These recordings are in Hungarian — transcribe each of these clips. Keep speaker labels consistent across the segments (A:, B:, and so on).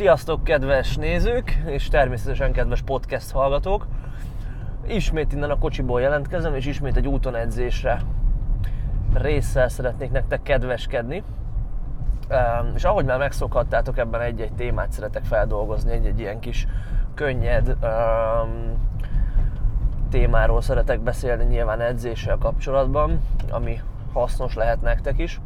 A: Sziasztok, kedves nézők, és természetesen kedves podcast hallgatók! Ismét innen a kocsiból jelentkezem, és ismét egy úton edzésre résszel szeretnék nektek kedveskedni. És ahogy már megszokhattátok, ebben egy-egy témát szeretek feldolgozni, egy-egy ilyen kis könnyed témáról szeretek beszélni, nyilván edzéssel kapcsolatban, ami hasznos lehet nektek is.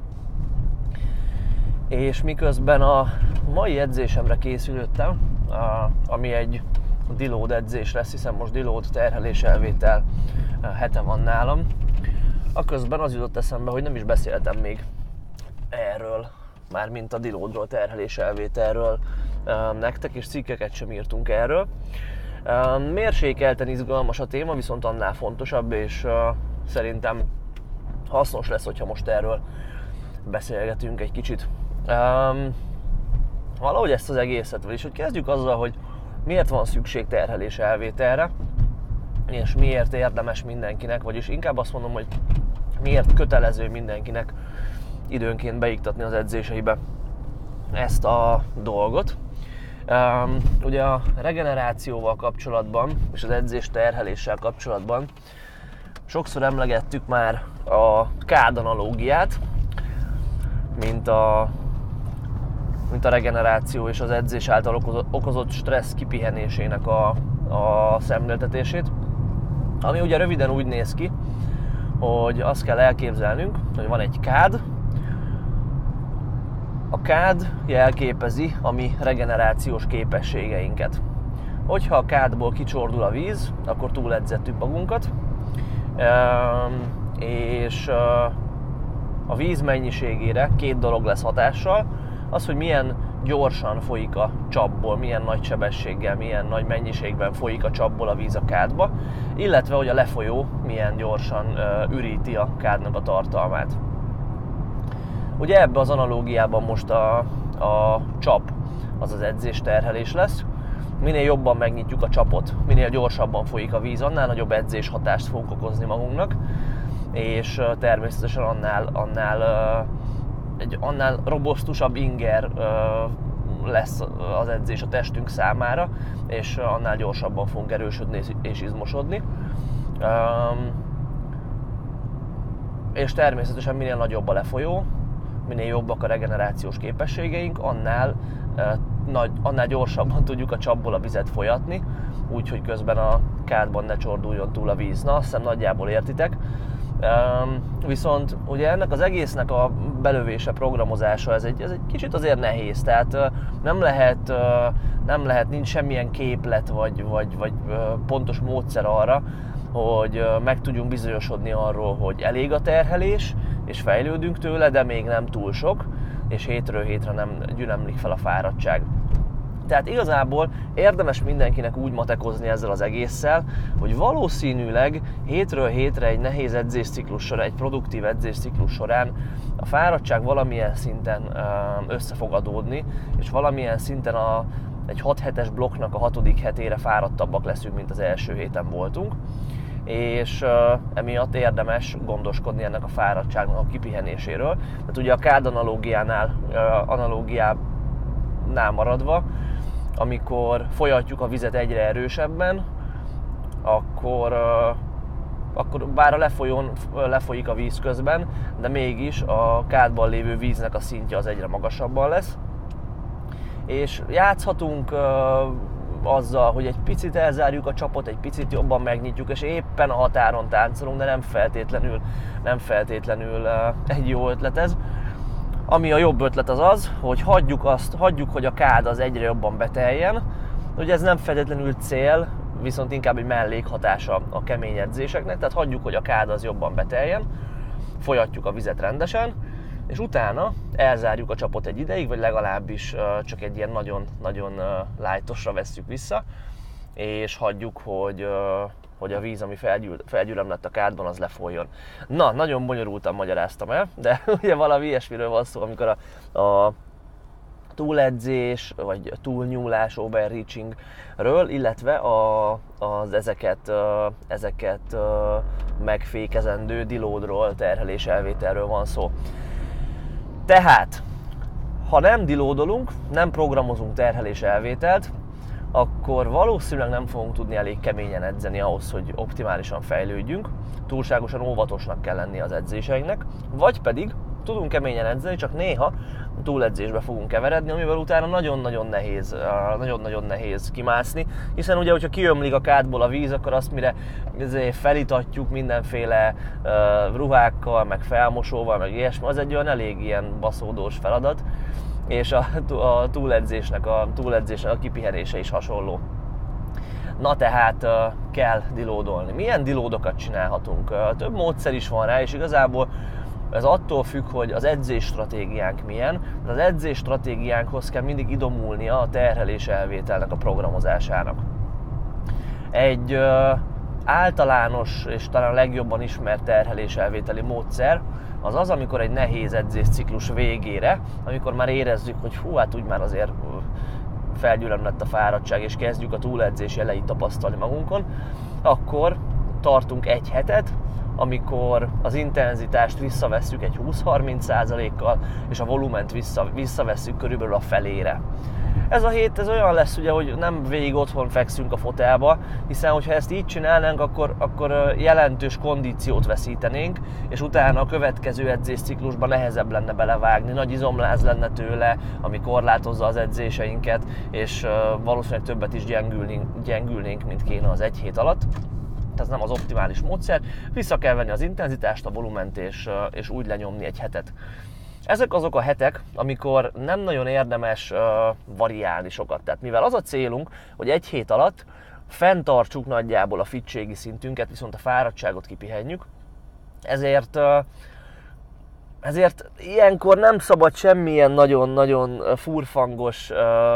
A: És miközben a mai edzésemre készülöttem, ami egy deload edzés lesz, hiszen most deload terhelés-elvétel hete van nálam, aközben az jutott eszembe, hogy nem is beszéltem még erről, mármint a deloadról, terhelés-elvételről nektek, és cikkeket sem írtunk erről. Mérsékelten izgalmas a téma, viszont annál fontosabb, és szerintem hasznos lesz, hogyha most erről beszélgetünk egy kicsit. Valahogy ezt az egészet, vagyis hogy kezdjük azzal, hogy miért van szükség terhelés-elvételre, és miért érdemes mindenkinek, vagyis inkább azt mondom, hogy miért kötelező mindenkinek időnként beiktatni az edzéseibe ezt a dolgot. Ugye a regenerációval kapcsolatban és az edzés terheléssel kapcsolatban sokszor emlegettük már a kád analógiát, mint a regeneráció és az edzés által okozott stressz kipihenésének a szemléltetését. Ami ugye röviden úgy néz ki, hogy azt kell elképzelnünk, hogy van egy kád. A kád jelképezi a mi regenerációs képességeinket. Hogyha a kádból kicsordul a víz, akkor túledzettük magunkat, és a víz mennyiségére két dolog lesz hatással. Az, hogy milyen gyorsan folyik a csapból, milyen nagy sebességgel, milyen nagy mennyiségben folyik a csapból a víz a kádba, illetve hogy a lefolyó milyen gyorsan üríti a kádnak a tartalmát. Ugye ebbe az analógiában most a csap az az edzésterhelés lesz. Minél jobban megnyitjuk a csapot, minél gyorsabban folyik a víz, annál nagyobb edzéshatást fogunk okozni magunknak, és természetesen annál robosztusabb inger lesz az edzés a testünk számára, és annál gyorsabban fogunk erősödni és izmosodni. És természetesen minél nagyobb a lefolyó, minél jobbak a regenerációs képességeink, annál gyorsabban tudjuk a csapból a vizet folyatni, úgyhogy közben a kádban ne csorduljon túl a víz. Na, azt hiszem nagyjából értitek. Viszont ugye ennek az egésznek a belövése, programozása, ez egy kicsit azért nehéz, tehát nem lehet, nincs semmilyen képlet vagy pontos módszer arra, hogy meg tudjunk bizonyosodni arról, hogy elég a terhelés, és fejlődünk tőle, de még nem túl sok, és hétről hétre nem gyülemlik fel a fáradtság. Tehát igazából érdemes mindenkinek úgy matekozni ezzel az egésszel, hogy valószínűleg hétről hétre egy nehéz edzésciklus során, egy produktív edzésciklus során a fáradtság valamilyen szinten össze fog adódni, és valamilyen szinten egy 6 hetes blokknak a 6. hetére fáradtabbak leszünk, mint az első héten voltunk, és emiatt érdemes gondoskodni ennek a fáradtságnak a kipihenéséről. Tehát ugye a kád analógiánál maradva, amikor folyatjuk a vizet egyre erősebben, akkor bár a lefolyón lefolyik a víz közben, de mégis a kádban lévő víznek a szintje az egyre magasabban lesz. És játszhatunk azzal, hogy egy picit elzárjuk a csapot, egy picit jobban megnyitjuk, és éppen a határon táncolunk, de nem feltétlenül egy jó ötlet ez. Ami a jobb ötlet az, hogy hagyjuk, hogy a kád az egyre jobban beteljen. Ugye ez nem feltétlenül cél, viszont inkább egy mellékhatása a kemény edzéseknek, tehát hagyjuk, hogy a kád az jobban beteljen, folyatjuk a vizet rendesen, és utána elzárjuk a csapot egy ideig, vagy legalábbis csak egy ilyen nagyon lightosra vesszük vissza, és hagyjuk, hogy a víz, ami felgyülemlett a kádban, az lefolyjon. Na, nagyon bonyolultan magyaráztam el, de ugye valami ilyesmiről van szó, amikor a túledzés, vagy túlnyúlás, overreachingről, illetve az ezeket megfékezendő deloadról, terhelés-elvételről van szó. Tehát, Ha nem dilódolunk, nem programozunk terhelés elvételt, akkor valószínűleg nem fogunk tudni elég keményen edzeni ahhoz, hogy optimálisan fejlődjünk. Túlságosan óvatosnak kell lenni az edzéseinknek, vagy pedig tudunk keményen edzeni, csak néha túledzésbe fogunk keveredni, amivel utána nagyon-nagyon nehéz kimászni, hiszen ugye, hogyha kiömlik a kádból a víz, akkor azt mire felítatjuk mindenféle ruhákkal, meg felmosóval, meg ilyesmi, az egy olyan elég ilyen baszódós feladat, és a túledzésnek a kipihenése is hasonló. Na tehát kell dilódolni. Milyen dilódokat csinálhatunk? Több módszer is van rá, és igazából ez attól függ, hogy az edzés stratégiánk milyen. Az edzés stratégiánkhoz kell mindig idomulnia a terhelés elvételnek a programozásának. Egy általános és talán legjobban ismert terhelés elvételi módszer az az, amikor egy nehéz edzésciklus végére, amikor már érezzük, hogy hát úgy már azért felgyülemlett a fáradtság, és kezdjük a túledzés jeleit tapasztalni magunkon, akkor tartunk egy hetet, amikor az intenzitást visszavesszük egy 20-30%-kal, és a volument visszavesszük körülbelül a felére. Ez a hét olyan lesz, ugye, hogy nem végig otthon fekszünk a fotelba, hiszen hogyha ezt így csinálnánk, akkor jelentős kondíciót veszítenénk, és utána a következő edzésciklusban nehezebb lenne belevágni, nagy izomláz lenne tőle, ami korlátozza az edzéseinket, és valószínűleg többet is gyengülnénk, mint kéne az egy hét alatt. Ez nem az optimális módszer, vissza kell venni az intenzitást, a volument, és úgy lenyomni egy hetet. Ezek azok a hetek, amikor nem nagyon érdemes variálni sokat. Tehát mivel az a célunk, hogy egy hét alatt fenntartsuk nagyjából a fittségi szintünket, viszont a fáradtságot kipihenjük, ezért ilyenkor nem szabad semmilyen nagyon-nagyon furfangos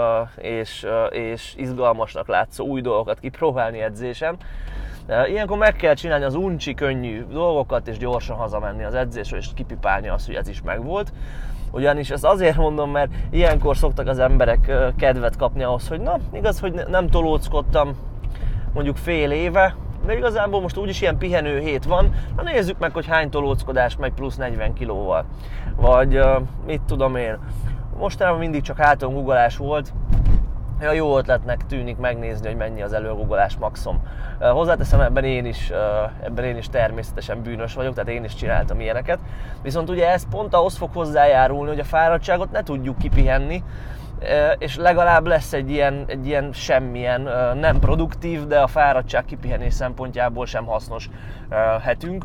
A: és izgalmasnak látszó új dolgokat kipróbálni edzésen. Ilyenkor meg kell csinálni az uncsi, könnyű dolgokat, és gyorsan hazamenni az edzésről, és kipipálni azt, hogy ez is megvolt. Ugyanis ezt azért mondom, mert ilyenkor szoktak az emberek kedvet kapni ahhoz, hogy na, igaz, hogy nem tolóckodtam mondjuk fél éve, de igazából most úgyis ilyen pihenő hét van, na nézzük meg, hogy hány tolóckodás megy plusz 40 kilóval. Vagy mit tudom én, mostanában mindig csak háton guggolás volt, jó ötletnek tűnik megnézni, hogy mennyi az előguggolás maximum. Hozzáteszem, ebben én is természetesen bűnös vagyok, tehát én is csináltam ilyeneket. Viszont ugye ez pont ahhoz fog hozzájárulni, hogy a fáradtságot ne tudjuk kipihenni, és legalább lesz egy ilyen semmilyen nem produktív, de a fáradtság kipihenés szempontjából sem hasznos hetünk,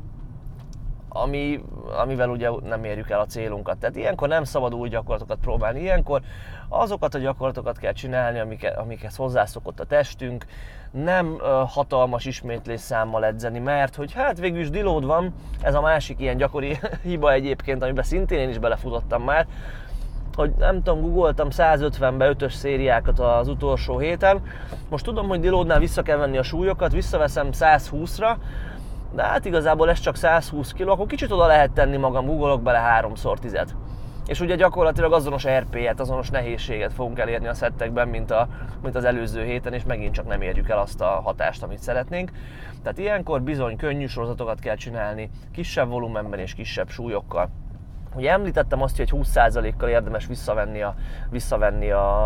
A: amivel ugye nem érjük el a célunkat. Tehát ilyenkor nem szabad új gyakorlatokat próbálni, ilyenkor azokat a gyakorlatokat kell csinálni, amikhez hozzászokott a testünk, nem hatalmas ismétlésszámmal edzeni, mert hogy hát végül is deload van, ez a másik ilyen gyakori hiba egyébként, amiben szintén én is belefutottam már, hogy nem tudom, googoltam 150-be 5-ös szériákat az utolsó héten, most tudom, hogy deloadnál vissza kell venni a súlyokat, visszaveszem 120-ra, de hát igazából ez csak 120 kg, akkor kicsit oda lehet tenni magam, googolok bele 3x10-et. És ugye gyakorlatilag azonos RP-et, azonos nehézséget fogunk elérni a szettekben, mint az előző héten, és megint csak nem érjük el azt a hatást, amit szeretnénk. Tehát ilyenkor bizony könnyű sorozatokat kell csinálni, kisebb volumenben és kisebb súlyokkal. Ugye említettem azt, hogy 20%-kal érdemes visszavenni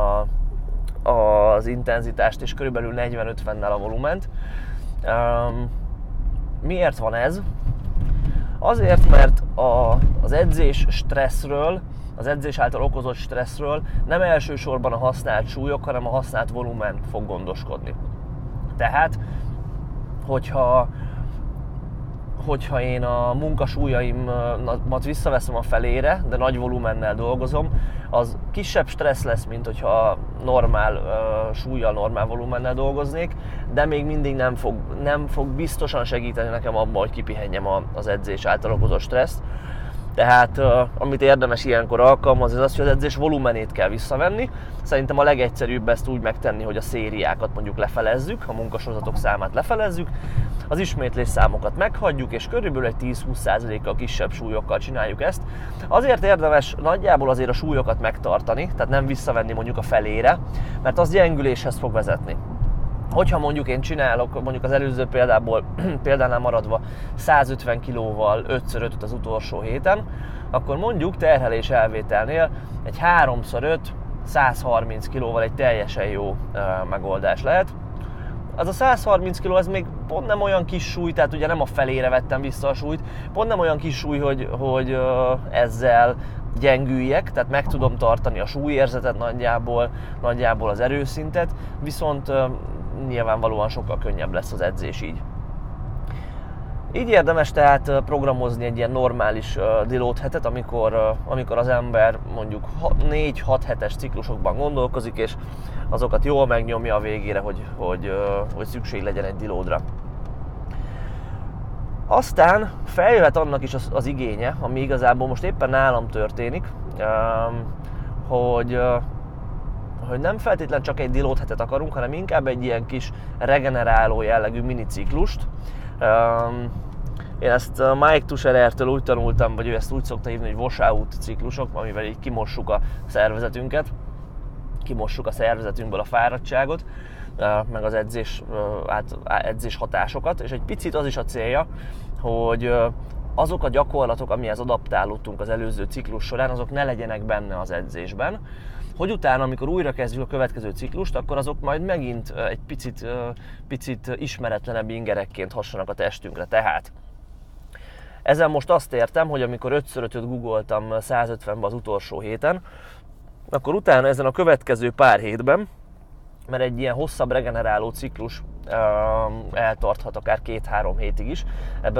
A: az intenzitást, és körülbelül 40-50-nel a volument. Miért van ez? Azért, mert az edzés stresszről, az edzés által okozott stresszről nem elsősorban a használt súlyok, hanem a használt volumen fog gondoskodni. Tehát, hogyha én a munkasúlyaimat visszaveszem a felére, de nagy volumennel dolgozom, az kisebb stressz lesz, mint hogyha normál súllyal, normál volumennel dolgoznék, de még mindig nem fog biztosan segíteni nekem abban, hogy kipihenjem az edzés által okozott stresszt. Tehát amit érdemes ilyenkor alkalmazni, az az, hogy az edzés volumenét kell visszavenni. Szerintem a legegyszerűbb ezt úgy megtenni, hogy a szériákat mondjuk lefelezzük, a munkasorozatok számát lefelezzük, az ismétlés számokat meghagyjuk, és körülbelül egy 10-20%-kal kisebb súlyokkal csináljuk ezt. Azért érdemes nagyjából azért a súlyokat megtartani, tehát nem visszavenni mondjuk a felére, mert az gyengüléshez fog vezetni. Hogyha mondjuk én csinálok, mondjuk az előző példánál maradva 150 kilóval 5x5-öt az utolsó héten, akkor mondjuk terhelés elvételnél egy 3x5 130 kilóval egy teljesen jó megoldás lehet. Az a 130 kg, ez még pont nem olyan kis súly, tehát ugye nem a felére vettem vissza a súlyt, pont nem olyan kis súly, hogy ezzel gyengüljek, tehát meg tudom tartani a súlyérzetet nagyjából az erőszintet, viszont nyilvánvalóan sokkal könnyebb lesz az edzés így. Így érdemes tehát programozni egy ilyen normális deload hetet, amikor az ember mondjuk 4-6 hetes ciklusokban gondolkozik, és azokat jól megnyomja a végére, hogy szükség legyen egy deloadra. Aztán feljöhet annak is az igénye, ami igazából most éppen nálam történik, hogy nem feltétlenül csak egy deload hetet akarunk, hanem inkább egy ilyen kis regeneráló jellegű miniciklust. Én ezt Mike Tusherertől úgy tanultam, vagy ő ezt úgy szokta hívni, hogy washout ciklusok, amivel így kimossuk a szervezetünket, kimossuk a szervezetünkből a fáradtságot, meg az edzés hatásokat, és egy picit az is a célja, hogy azok a gyakorlatok, amihez adaptálódtunk az előző ciklus során, azok ne legyenek benne az edzésben, hogy utána, amikor újra kezdjük a következő ciklust, akkor azok majd megint egy picit ismeretlenebb ingerekként hassanak a testünkre. Tehát ezen most azt értem, hogy amikor 5x5-öt googoltam 150-ben az utolsó héten, akkor utána ezen a következő pár hétben, mert egy ilyen hosszabb regeneráló ciklus eltarthat akár 2-3 hétig is, ebben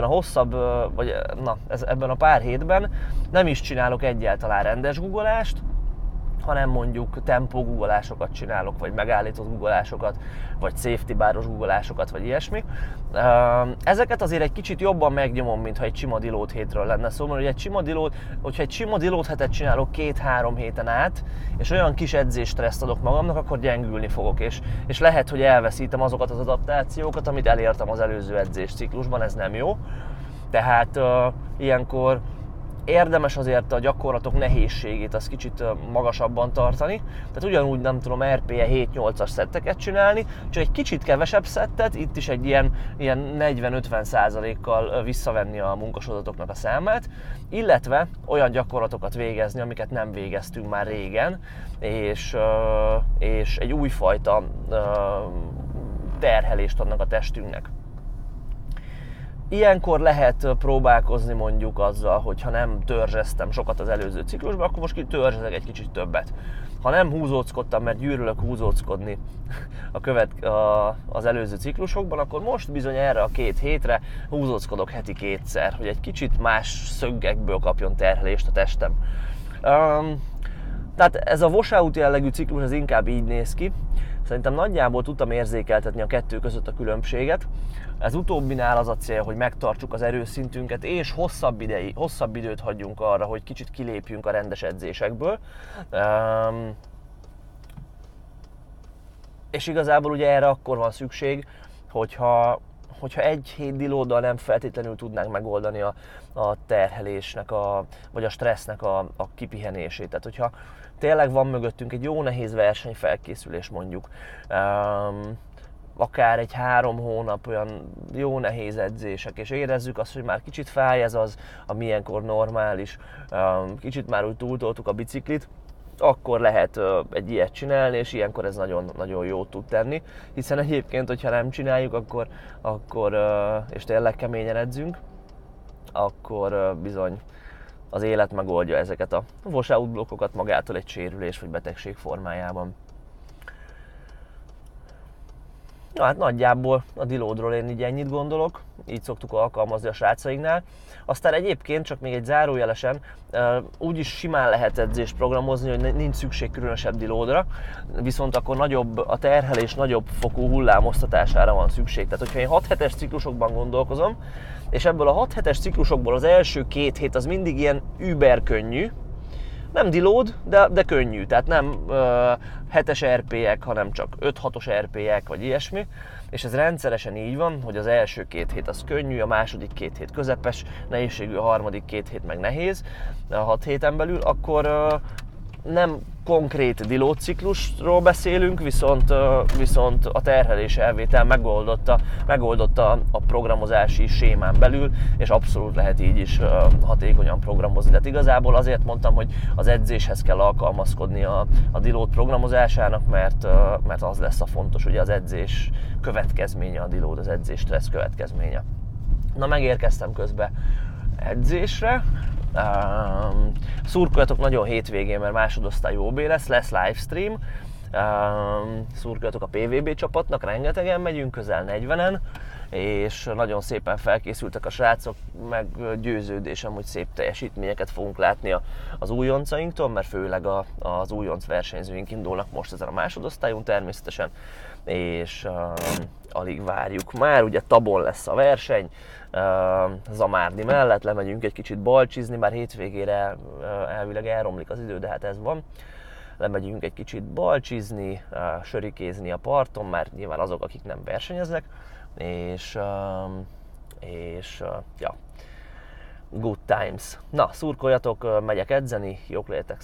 A: a pár hétben nem is csinálok egyáltalán rendes guggolást, hanem mondjuk tempó guggolásokat csinálok, vagy megállított guggolásokat, vagy safety báros guggolásokat, vagy ilyesmi. Ezeket azért egy kicsit jobban megnyomom, mintha egy sima deload hétről lenne szó, mert hogyha egy sima deload hetet csinálok 2-3 héten át, és olyan kis edzésstresszt adok magamnak, akkor gyengülni fogok, és lehet, hogy elveszítem azokat az adaptációkat, amit elértem az előző edzésciklusban, ez nem jó. Tehát ilyenkor érdemes azért a gyakorlatok nehézségét az kicsit magasabban tartani. Tehát ugyanúgy nem tudom RPE 7-8-as szetteket csinálni, csak egy kicsit kevesebb szettet, itt is egy ilyen 40-50%-kal visszavenni a munkasodatoknak a számát, illetve olyan gyakorlatokat végezni, amiket nem végeztünk már régen, és egy újfajta terhelést adnak a testünknek. Ilyenkor lehet próbálkozni mondjuk azzal, hogy ha nem törzseztem sokat az előző ciklusban, akkor most törzsezek egy kicsit többet. Ha nem húzóckodtam, mert gyűrülök húzóckodni az előző ciklusokban, akkor most bizony erre a 2 hétre húzóckodok heti 2-szer, hogy egy kicsit más szögekből kapjon terhelést a testem. Tehát ez a washout jellegű ciklus az inkább így néz ki. Szerintem nagyjából tudtam érzékeltetni a kettő között a különbséget. Ez utóbbinál az a cél, hogy megtartsuk az erőszintünket, és hosszabb időt hagyjunk arra, hogy kicsit kilépjünk a rendes edzésekből. És igazából ugye erre akkor van szükség, hogyha egy hét deloaddal nem feltétlenül tudnánk megoldani a terhelésnek, vagy a stressznek a kipihenését. Tehát hogyha tényleg van mögöttünk egy jó nehéz versenyfelkészülés mondjuk, akár egy 3 hónap olyan jó nehéz edzések, és érezzük azt, hogy már kicsit fáj ez az, ami ilyenkor normális, kicsit már úgy túltoltuk a biciklit, akkor lehet egy ilyet csinálni, és ilyenkor ez nagyon, nagyon jót tud tenni, hiszen egyébként, hogyha nem csináljuk, akkor és tényleg keményen edzünk, akkor bizony az élet megoldja ezeket a washout blokkokat magától egy sérülés vagy betegség formájában. Na hát nagyjából a deloadról én így ennyit gondolok, így szoktuk alkalmazni a srácainknál. Aztán egyébként csak még egy zárójelesen, úgyis simán lehet edzést programozni, hogy nincs szükség különösebb deloadra, viszont akkor a terhelés nagyobb fokú hullámoztatására van szükség. Tehát hogyha én 6 hetes ciklusokban gondolkozom, és ebből a 6 hetes ciklusokból az első 2 hét az mindig ilyen über könnyű, nem deload, de könnyű, tehát nem 7-es RP-ek, hanem csak 5-6-os RP-ek, vagy ilyesmi. És ez rendszeresen így van, hogy az első 2 hét az könnyű, a második 2 hét közepes nehézségű, a harmadik 2 hét meg nehéz, a 6 héten belül, akkor nem konkrét dilóciklusról beszélünk, viszont a terhelés elvétel megoldotta a programozási sémán belül, és abszolút lehet így is hatékonyan programozni. Tehát igazából azért mondtam, hogy az edzéshez kell alkalmazkodni a deload programozásának, mert az lesz a fontos, ugye az edzés következménye a deload, az edzés stressz következménye. Na, megérkeztem közben edzésre. Szurkoljatok nagyon hétvégén, mert másodosztályú OB lesz livestream. Szurkoljatok a PVB csapatnak, rengetegen megyünk, közel 40-en, és nagyon szépen felkészültek a srácok, meg győződésem, hogy szép teljesítményeket fogunk látni az újoncainktól, mert főleg az újonc versenyzőink indulnak most ezen a másodosztályunk természetesen, és alig várjuk már, ugye Tabon lesz a verseny, Zamárdi mellett lemegyünk egy kicsit balcsizni, bár hétvégére elvileg elromlik az idő, de hát ez van. Lemegyünk egy kicsit balcsizni, sörikézni a parton, már nyilván azok, akik nem versenyeznek, és ja, good times. Na, szurkoljatok, megyek edzeni, jók legyetek,